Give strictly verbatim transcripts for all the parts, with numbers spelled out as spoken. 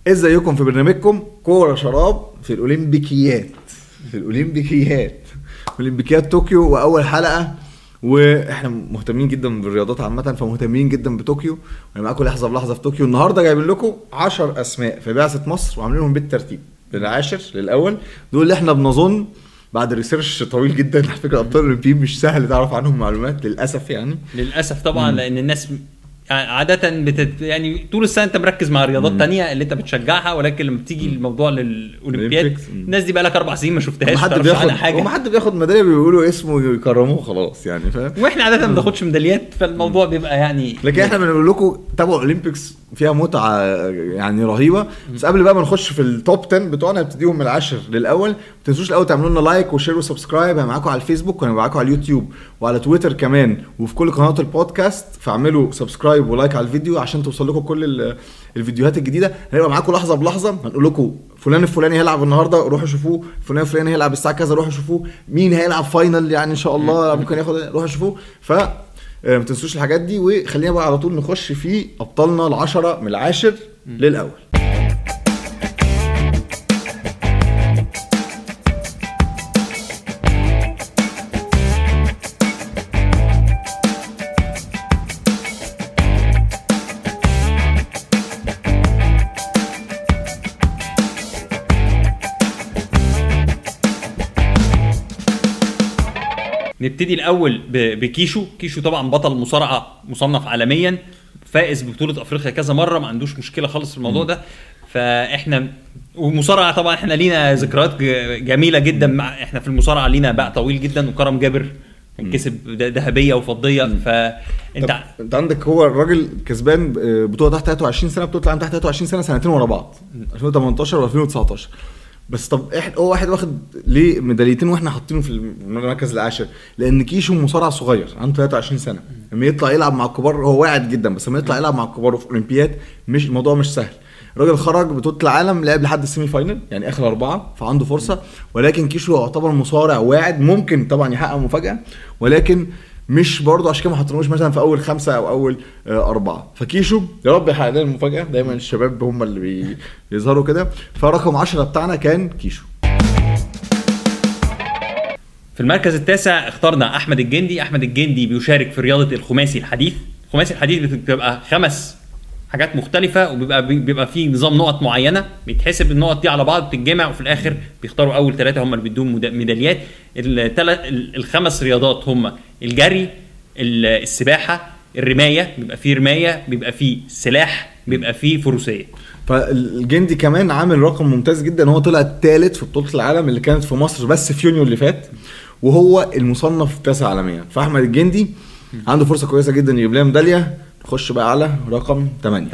ازيكم في برنامجكم كورة شراب في الأولمبيكيات في الأولمبيكيات أولمبيكيات طوكيو، وأول حلقة. واحنا مهتمين جدا بالرياضات عامة، فمهتمين جدا بطوكيو، وانا معاكم لحظة بلحظة في طوكيو. النهاردة جايبين لكم عشر أسماء في بعثة مصر وعاملينهم بالترتيب للعاشر للأول. دول اللي احنا بنظن بعد ريسيرش طويل جدا، على فكرة أبطال الأولمبيين مش سهل تعرف عنهم معلومات للأسف، يعني للأسف طبعا م. لأن الناس عادة بتت... يعني طول السنة انت مركز مع رياضات م. تانية اللي انت بتشجعها، ولكن لما بتيجي الموضوع للأولمبياد الناس دي بقى لك أربع سنين ما شفتهاش، ما حد بياخد حاجة، وما حد بياخد ميدالية بيقولوا اسمه يكرموه خلاص، يعني فاهم. واحنا عادة ما بناخدش ميداليات، فالموضوع م. بيبقى يعني لكن احنا بنقول لكم تابعوا الأولمبيكس، فيها متعة يعني رهيبة. بس قبل بقى ما نخش في التوب عشرة بتوعنا نبتديهم من العاشر للأول. ما تنسوش الأول تعملوا لنا لايك وشير وسبسكرايب. انا معاكم على الفيسبوك وانا معاكم على اليوتيوب وعلى تويتر كمان، وفي كل قنوات البودكاست، فاعملوا سبسكرايب ولايك على الفيديو عشان توصل لكم كل الفيديوهات الجديدة. هنبقى معاكم لحظة بلحظة، هنقول لكم فلان الفلاني هيلعب النهارده روحوا شوفوه، فلان الفلاني هيلعب الساعة كذا روحوا شوفوه، مين هيلعب فاينل يعني ان شاء الله ممكن ياخد روحوا شوفوه. ف ما تنسوش الحاجات دي، وخلينا بقى على طول نخش في ابطالنا العشرة من العاشر للاول. نبتدي الاول بكيشو. كيشو طبعا بطل مصارعه مصنف عالميا، فائز ببطوله افريقيا كذا مره، ما عندوش مشكله خالص في الموضوع ده. فاحنا ومصارعه طبعا احنا لينا ذكريات جميله جدا مع احنا في المصارعه، لينا باع طويل جدا، وكرم جابر كسب ذهبيه وفضيه. فانت انت عندك هو الراجل كسبان بطوله تحت ثلاثة وعشرين سنه، بطوله العالم تحت ثلاثة وعشرين سنه سنتين ورا بعض، ألفين وتمنتاشر و ألفين وتسعتاشر. بس طب احنا هو واحد واخد ليه ميداليتين واحنا حاطينه في المركز العاشر؟ لان كيشو مصارع صغير عنده ثلاثة وعشرين سنه، لما يطلع يلعب مع الكبار هو واعد جدا، بس لما يطلع يلعب مع الكبار في اولمبياد مش الموضوع مش سهل. الراجل خرج بطوله العالم لعب لحد السيمي فاينل، يعني اخر اربعه، فعنده فرصه. ولكن كيشو يعتبر مصارع واعد، ممكن طبعا يحقق مفاجاه، ولكن مش برضه عشان كده ما حطيناهوش مثلا في اول خمسه او اول آه اربعه. فكيشو يا رب يحقق لنا المفاجاه، دايما الشباب هم اللي بيظهروا كده. فرقم عشرة بتاعنا كان كيشو. في المركز التاسع اخترنا احمد الجندي. احمد الجندي بيشارك في رياضه الخماسي الحديث. الخماسي الحديث بتبقى خمس حاجات مختلفه، وبيبقى بيبقى فيه نظام نقط معينه، بيتحسب النقط دي على بعض بتتجمع، وفي الاخر بيختاروا اول ثلاثه هم اللي بيدوهم ميداليات. الثلاث الخمس رياضات هم الجري، السباحه، الرمايه، بيبقى فيه رمايه، بيبقى فيه سلاح، بيبقى فيه فروسيه. فالجندي كمان عامل رقم ممتاز جدا، هو طلع الثالث في بطوله العالم اللي كانت في مصر بس في يونيو اللي فات، وهو المصنف التاسع عالميا. فاحمد الجندي عنده فرصه كويسه جدا يجيب لها ميداليه. نخش بقى على رقم ثمانية.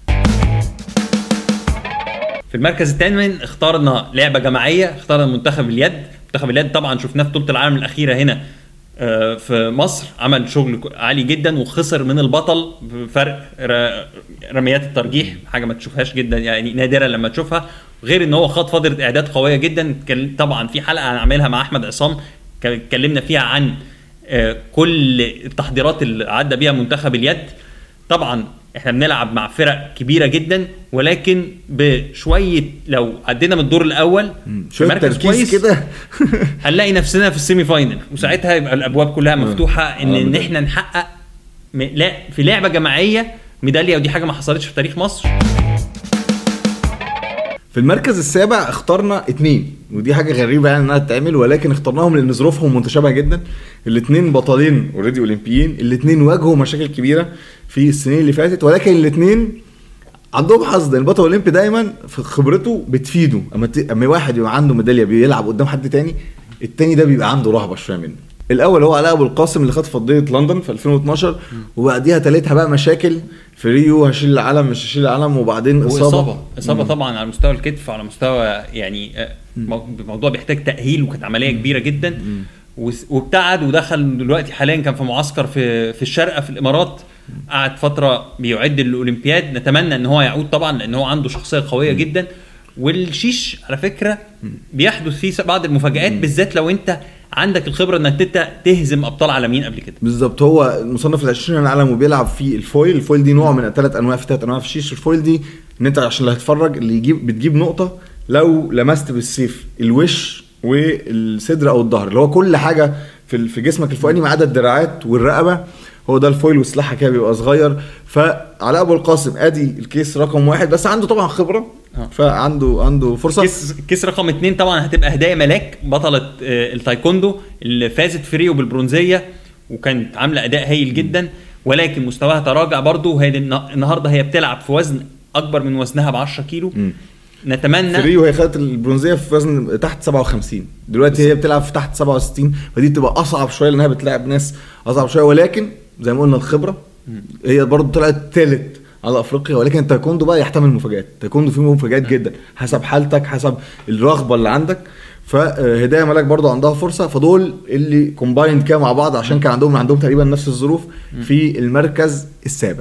في المركز الثامن اختارنا لعبه جماعيه، اختارنا منتخب اليد. منتخب اليد طبعا شفناه في بطوله العالم الاخيره هنا في مصر، عمل شغل عالي جدا وخسر من البطل بفرق رميات الترجيح، حاجه ما تشوفهاش جدا، يعني نادره لما تشوفها. غير ان هو خاض فتره اعداد قويه جدا. طبعا في حلقه هنعملها مع احمد عصام اتكلمنا فيها عن كل التحضيرات اللي عدى بيها منتخب اليد. طبعا احنا بنلعب مع فرق كبيرة جدا، ولكن بشوية لو عدينا من الدور الاول شوية تركيز كده هنلاقي نفسنا في السيمي فاينل، وساعتها يبقى الابواب كلها مفتوحة ان, إن احنا نحقق لا في لعبة جماعية ميدالية، ودي حاجة ما حصلتش في تاريخ مصر. في المركز السابع اخترنا اتنين، ودي حاجة غريبة يعني انها تتعمل، ولكن اخترناهم لان ظروفهم متشابهة جدا. الاتنين بطلين اوريدي اولمبيين، الاتنين واجهوا مشاكل كبيرة في السنين اللي فاتت، ولكن الاتنين عندهم حظ. البطل الاولمبي دايما في خبرته بتفيده، اما اما واحد يبقى عنده ميدالية بيلعب قدام حد تاني، التاني ده بيبقى عنده رهبة شوية منه. الاول هو علاء ابو القاسم اللي خد فضيه لندن في ألفين واثناشر، وبعديها تلاتها بقى مشاكل في ريو، هشيل العالم مش هشيل العالم، وبعدين اصابه اصابه, إصابة طبعا على مستوى الكتف، على مستوى يعني الموضوع بيحتاج تاهيل، وكانت عمليه كبيره جدا. وابتعد ودخل دلوقتي حاليا كان في معسكر في في الشارقه في الامارات، قعد فتره بيعد للاولمبياد. نتمنى ان هو يعود طبعا لان هو عنده شخصيه قويه جدا. والشيش على فكره بيحدث فيه بعض المفاجآت، بالذات لو انت عندك الخبره انك انت تهزم ابطال عالميين قبل كده. بالظبط، هو مصنف العشرين العالم وبيلعب في الفويل. الفويل دي نوع من ثلاث انواع، في ثلاث انواع في الشيش. الفويل دي ان انت عشان اللي هتتفرج اللي يجيب بتجيب نقطه لو لمست بالسيف الوش والصدر او الظهر اللي هو كل حاجه في في جسمك الفوقاني ما عدا الدراعات والرقبه. هو ده الفويل وسلاحها كده بيبقى صغير. فعلاء ابو القاسم ادي الكيس رقم واحد بس عنده طبعا خبره فعنده عنده فرصه. كيس كيس رقم اتنين طبعا هتبقى هدايا ملاك بطله التايكوندو اللي فازت في ريو بالبرونزيه وكانت عامله اداء هايل جدا ولكن مستواها تراجع برضو. وهي النهارده هي بتلعب في وزن اكبر من وزنها ب عشرة كيلو. م. نتمنى في ريو هي خدت البرونزيه في وزن تحت سبعة وخمسين دلوقتي هي بتلعب في تحت سبعة وستين فدي بتبقى اصعب شويه لانها بتلعب ناس اصعب شويه ولكن زي ما قلنا الخبره. م. هي برضو طلعت ثالث على افريقيا ولكن التايكوندو بقى يحتمل مفاجات. التايكوندو فيه مفاجات م. جدا حسب حالتك حسب الرغبه اللي عندك. فهدايا ملاك برضو عندها فرصه. فدول اللي كومبايند كده مع بعض عشان كان عندهم عندهم تقريبا نفس الظروف في المركز السابع.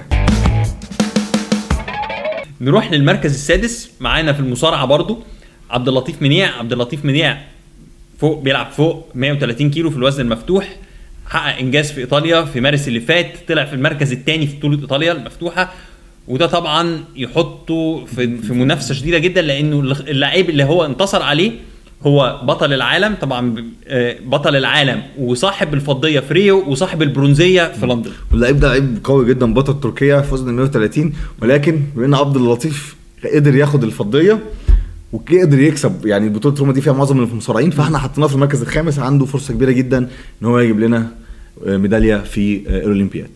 نروح للمركز السادس. معانا في المصارعه برضو عبد اللطيف منيع. عبد اللطيف منيع فوق بيلعب فوق مية وتلاتين كيلو في الوزن المفتوح. حقق انجاز في ايطاليا في مارس اللي فات طلع في المركز الثاني في بطوله ايطاليا المفتوحه وده طبعا يحطه في في منافسه شديده جدا لانه اللاعب اللي هو انتصر عليه هو بطل العالم طبعا بطل العالم وصاحب الفضيه في ريو وصاحب البرونزيه في لندن. واللاعب ده لعيب قوي جدا بطل تركيا في وزن مية وتلاتين ولكن بما ان عبد اللطيف قدر ياخد الفضيه وقدر يكسب يعني بطوله روما دي فيها معظم المصارعين فاحنا حطيناه في المركز الخامس. عنده فرصه كبيره جدا ان هو يجيب لنا ميداليه في الاولمبياد.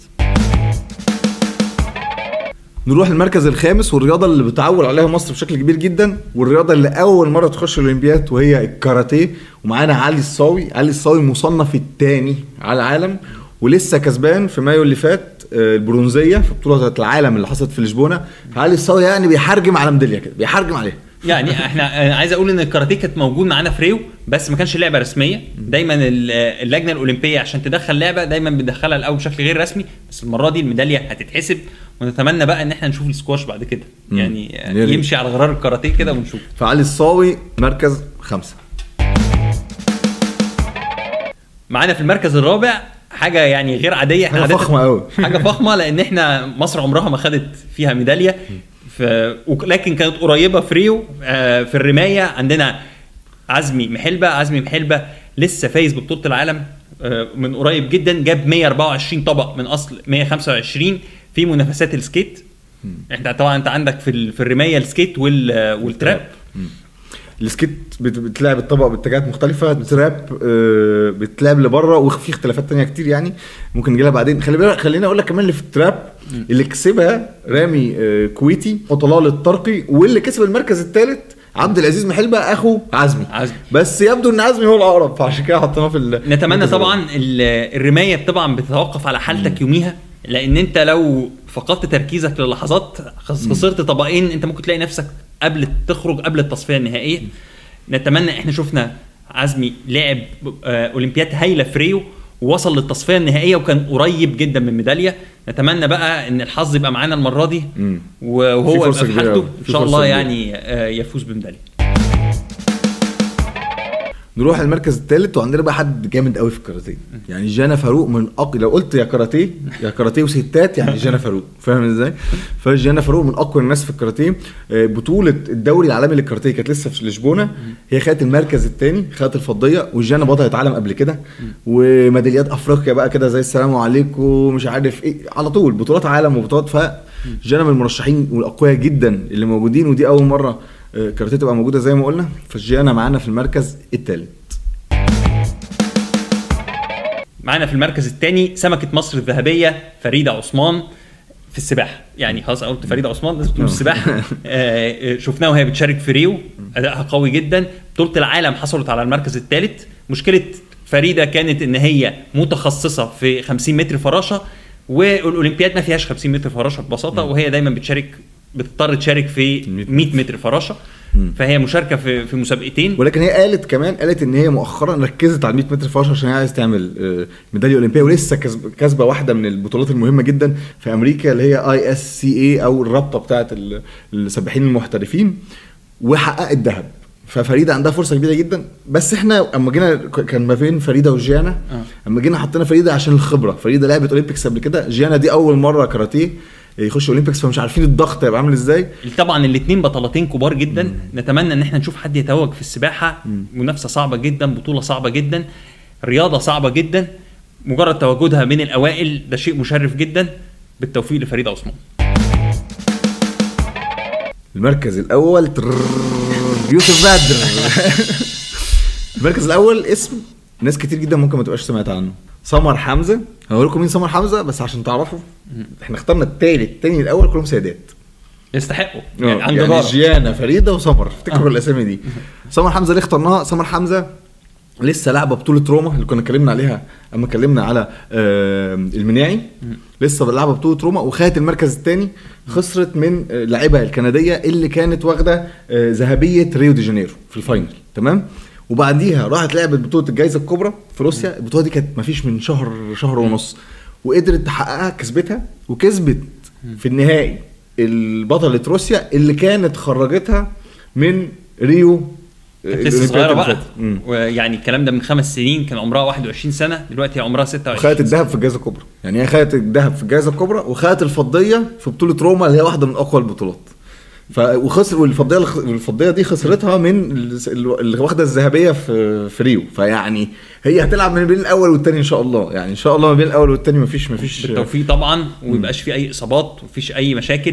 نروح المركز الخامس والرياضه اللي بتعول عليها مصر بشكل كبير جدا والرياضه اللي اول مره تخش الاولمبياد وهي الكاراتيه. ومعانا علي الصاوي. علي الصاوي مصنف الثاني على العالم ولسه كسبان في مايو اللي فات البرونزيه في بطوله العالم اللي حصلت في لشبونه. علي الصاوي يعني بيحرجم على ميداليه كده بيحرجم عليها. يعني احنا عايز اقول ان الكاراتيه كانت موجود معانا في ريو بس ما كانش لعبه رسميه. دايما اللجنه الاولمبيه عشان تدخل لعبه دايما بتدخلها الاول بشكل غير رسمي بس المره دي الميداليه هتتحسب ونتمنى بقى ان احنا نشوف السكواش بعد كده يعني مم. يمشي على غرار الكاراتيه كده ونشوف. فعلي الصاوي مركز خمسة. معانا في المركز الرابع حاجه يعني غير عاديه. حاجه فخمه قوي حاجه فخمه لان احنا مصر عمرها ما خدت فيها ميداليه ف... لكن كانت قريبه في ريو. في الرمايه عندنا عزمي محلبه. عزمي محلبه لسه فايز ببطوله العالم من قريب جدا جاب مية واربعة وعشرين طبق من اصل مية وخمسة وعشرين في منافسات السكيت. انت طبعا انت عندك في في الرمايه السكيت وال... والتراب. السكيت بتلعب الطبق باتجاهات مختلفه. التراب بتلعب لبره وفي اختلافات تانية كتير يعني ممكن نجيلها بعدين. خلي بالك خلينا اقول لك كمان اللي في التراب اللي كسبها رامي كويتي وطلال الطرقي واللي كسب المركز الثالث عبد العزيز محلبه اخو عزمي. عزمي بس يبدو ان عزمي هو الاقرب فعشان كده حطيناه في. نتمنى طبعا الرمايه طبعا بتتوقف على حالتك يوميها لان انت لو فقدت تركيزك للحظات خسرت طبقين انت ممكن تلاقي نفسك قبل تخرج قبل التصفيه النهائيه. نتمنى احنا شفنا عزمي لعب اولمبياد هايله في ريو ووصل للتصفيه النهائيه وكان قريب جدا من ميداليه. نتمنى بقى ان الحظ يبقى معانا المره دي وهو يبقى في حالته ان شاء الله يعني يفوز بميداليه. نروح المركز الثالث وعندنا بقى حد جامد قوي في الكاراتيه يعني جانا فاروق من اقوى. لو قلت يا كاراتيه يا كاراتيه وستات يعني جانا فاروق فاهم ازاي. فجانا فاروق من اقوى الناس في الكاراتيه. بطوله الدوري العالمي للكاراتيه كانت لسه في لشبونه هي خدت المركز الثاني خدت الفضيه وجانا بطله عالم قبل كده وميداليات افريقيا بقى كده زي السلام عليكم مش عارف ايه على طول بطولات عالم وبطولات. فجانا من المرشحين والاقوياء جدا اللي موجودين ودي اول مره كاراتيه تبقى موجوده زي ما قلنا. فجانا معانا في المركز الثالث. معانا في المركز الثاني سمكه مصر الذهبيه فريده عثمان في السباحه. يعني خلاص قلت فريده عثمان لازم تقول السباحه. شفناها وهي بتشارك في ريو ادائها قوي جدا. بطوله العالم حصلت على المركز الثالث. مشكله فريده كانت ان هي متخصصه في خمسين متر فراشه والاولمبياد ما فيهاش خمسين متر فراشه ببساطه وهي دايما بتشارك بتضطر تشارك في مية متر فراشه. فهي مشاركه في في مسابقتين ولكن هي قالت كمان قالت ان هي مؤخرا ركزت على مية متر فراشه عشان هي عايز تعمل ميداليه اولمبيه ولسه كسبه واحده من البطولات المهمه جدا في امريكا اللي هي اي اس سي اي او الرابطه بتاعه السباحين المحترفين وحققت الذهب. ففريده عندها فرصه كبيره جدا. بس احنا اما جينا كان ما بين فريده وجيانا اما جينا حطينا فريده عشان الخبره. فريده لعبت اولمبيكس قبل كده. جيانا دي اول مره كاراتيه يخش اولمبيكس فمش عارفين الضغط هيبقى عامل ازاي. طبعا الاثنين بطلتين كبار جدا. مم. نتمنى ان احنا نشوف حد يتوج في السباحه. مم. منافسه صعبه جدا، بطوله صعبه جدا، رياضه صعبه جدا، مجرد تواجدها من الاوائل ده شيء مشرف جدا. بالتوفيق لفريده عثمان. المركز الاول يوسف بدر. المركز الاول اسم ناس كتير جدا ممكن ما تبقاش سمعت عنه، سمر حمزه. هقول لكم مين سمر حمزه بس عشان تعرفوا. احنا اخترنا الثالث الثاني الاول كلهم سيدات يستحقوا يعني, يعني, يعني جيانا فريده وسمر، افتكروا الاسامي دي. سمر حمزه ليه اخترناها؟ سمر حمزه لسه لعبه بطوله روما اللي كنا اتكلمنا عليها اما اتكلمنا على المناعي، لسه لعبه بطوله روما وخدت المركز الثاني. خسرت من لاعبه الكنديه اللي كانت واخده ذهبيه ريو دي جانيرو في الفاينل، تمام. وبعديها راحت لعبت بطوله الجائزه الكبرى في روسيا. البطوله دي كانت مفيش من شهر شهر ونص وقدرت تحققها، كسبتها وكسبت في النهائي البطله روسيا اللي كانت خرجتها من ريو. لسه صغيره بقى، ويعني الكلام ده من خمس سنين كان عمرها واحد وعشرين سنه، دلوقتي عمرها ستة وعشرين. خدت الذهب في الجائزه الكبرى، يعني هي خدت الذهب في الجائزه الكبرى وخدت الفضيه في بطوله روما اللي هي واحده من اقوى البطولات. ف وخسر والفضيه الفضيه دي خسرتها من اللي واخده الذهبيه في في ريو. فيعني هي هتلعب من بين الاول والثاني ان شاء الله، يعني ان شاء الله ما بين الاول والثاني مفيش مفيش بالتوفيق طبعا، وميبقاش في اي اصابات ومفيش اي مشاكل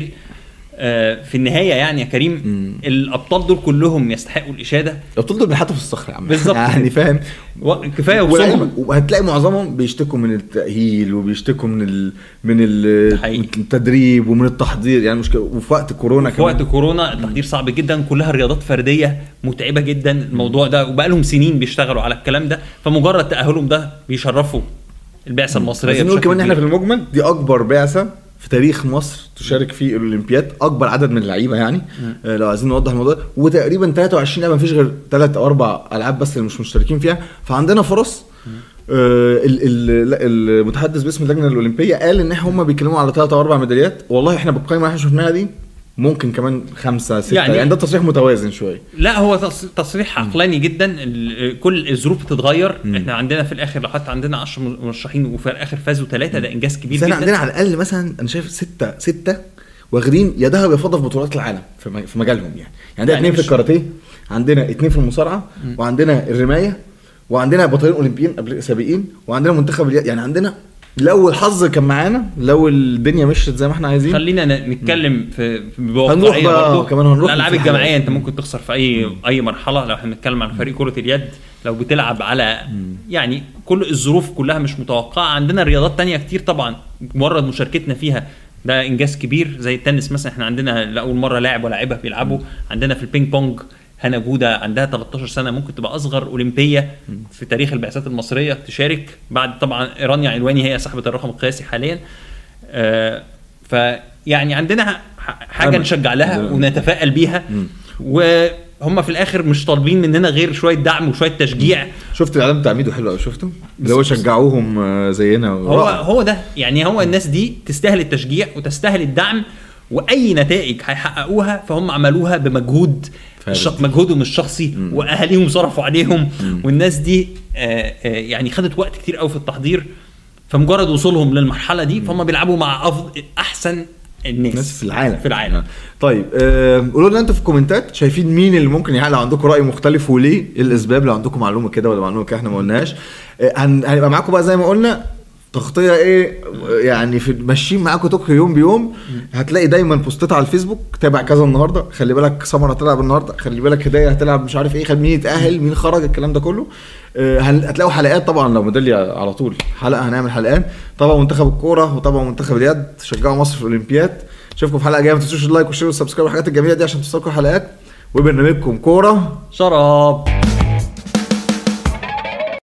في النهايه. يعني يا كريم مم. الابطال دول كلهم يستحقوا الاشاده. الابطال دول بيحطوا في الصخر يا عم بالظبط يعني فاهم و... كفايه وصولهم. وهتلاقي معظمهم بيشتكوا من التاهيل وبيشتكوا من ال... من ال... التدريب ومن التحضير، يعني مشكله. وفي وقت كورونا في وقت كورونا التحضير صعب جدا، كلها رياضات فرديه متعبه جدا الموضوع ده، وبقى لهم سنين بيشتغلوا على الكلام ده. فمجرد تاهلهم ده بيشرفوا البعثه المصريه. نقول كمان احنا في المجمل دي اكبر بعثه في تاريخ مصر تشارك في الاولمبياد، اكبر عدد من اللعيبه يعني. آه لو عايزين نوضح الموضوع، وتقريبا ثلاثة وعشرين لعبه، مفيش غير ثلاث او اربع العاب بس اللي مش مشتركين فيها. فعندنا فرص. آه المتحدث باسم اللجنه الاولمبيه قال ان هم بيتكلموا على ثلاث او اربع ميداليات. والله احنا بالقائمه اللي احنا شفناها دي ممكن كمان خمسة ستة، يعني, يعني ده تصريح متوازن شويه. لا هو تصريح عقلاني جدا. كل الظروف بتتغير. م. احنا عندنا في الاخر لو حتى عندنا عشرة مرشحين وفي الاخر فازوا ثلاثة، ده انجاز كبير جدا. عندنا على الاقل مثلا انا شايف ستة ستة واخدين يا ذهب يا فضه في بطولات العالم في مجالهم. يعني عندنا اثنين يعني في الكاراتيه، عندنا اثنين في المصارعه، م. وعندنا الرمايه، وعندنا بطلين اولمبيين قبل سابقين، وعندنا منتخب اليد. يعني عندنا لو الحظ كان معانا، لو الدنيا مشيت زي ما احنا عايزين. خلينا نتكلم في بواقعيه برضه. كمان هنروح الالعاب الجماعيه انت ممكن تخسر في اي م. اي مرحله. لو احنا بنتكلم عن فريق كره اليد، لو بتلعب على م. يعني كل الظروف كلها مش متوقعه. عندنا رياضات تانية كتير طبعا مجرد مشاركتنا فيها ده انجاز كبير، زي التنس مثلا. احنا عندنا لاول مره لاعب ولاعبه بيلعبوا. عندنا في البينج بونج هنا جودة عندها ثلاثة عشر سنة، ممكن تبقى أصغر أولمبية في تاريخ البعثات المصرية تشارك، بعد طبعا رانيا علواني هي صاحبة الرقم القياسي حاليا. آه فيعني عندنا حاجة نشجع لها ونتفائل بيها. وهم في الآخر مش طالبين مننا غير شوية دعم وشوية تشجيع. شفت الإعلام تعميده حلو أو شفته؟ اللي هو شجعوهم زينا. هو هو ده يعني، هو الناس دي تستاهل التشجيع وتستاهل الدعم، وأي نتائج هيحققوها فهم عملوها بمجهود الشق مجهودهم الشخصي، مم. واهاليهم صرفوا عليهم. مم. والناس دي آآ آآ يعني خدت وقت كتير قوي في التحضير. فمجرد وصولهم للمرحله دي فهم بيلعبوا مع افضل احسن الناس ناس في العالم في العالم. طيب قولوا لنا انتوا في الكومنتات شايفين مين اللي ممكن يعني لو عندكم راي مختلف وليه، ايه الاسباب، لو عندكم معلومه كده ولا معلومه كده احنا ما قلناش. هنبقى معاكم بقى زي ما قلنا تغطيه ايه يعني، في ماشيين معاكم توك يوم بيوم. هتلاقي دايما بوستات على الفيسبوك، تابع كذا النهارده، خلي بالك سمر هتلعب النهارده، خلي بالك هدايه هتلعب مش عارف ايه، خلي مين يتاهل مين خرج، الكلام ده كله. هتلاقوا حلقات طبعا لو ميداليه على طول حلقه هنعمل حلقات. طبعا منتخب الكوره وطبعا منتخب اليد، شجعوا مصر في الاولمبياد. اشوفكم في حلقه جايه، ما تنسوش اللايك والشير والسبسكرايب والحاجات الجميله دي عشان توصلكم حلقات. وبرنامجكم كوره شراب.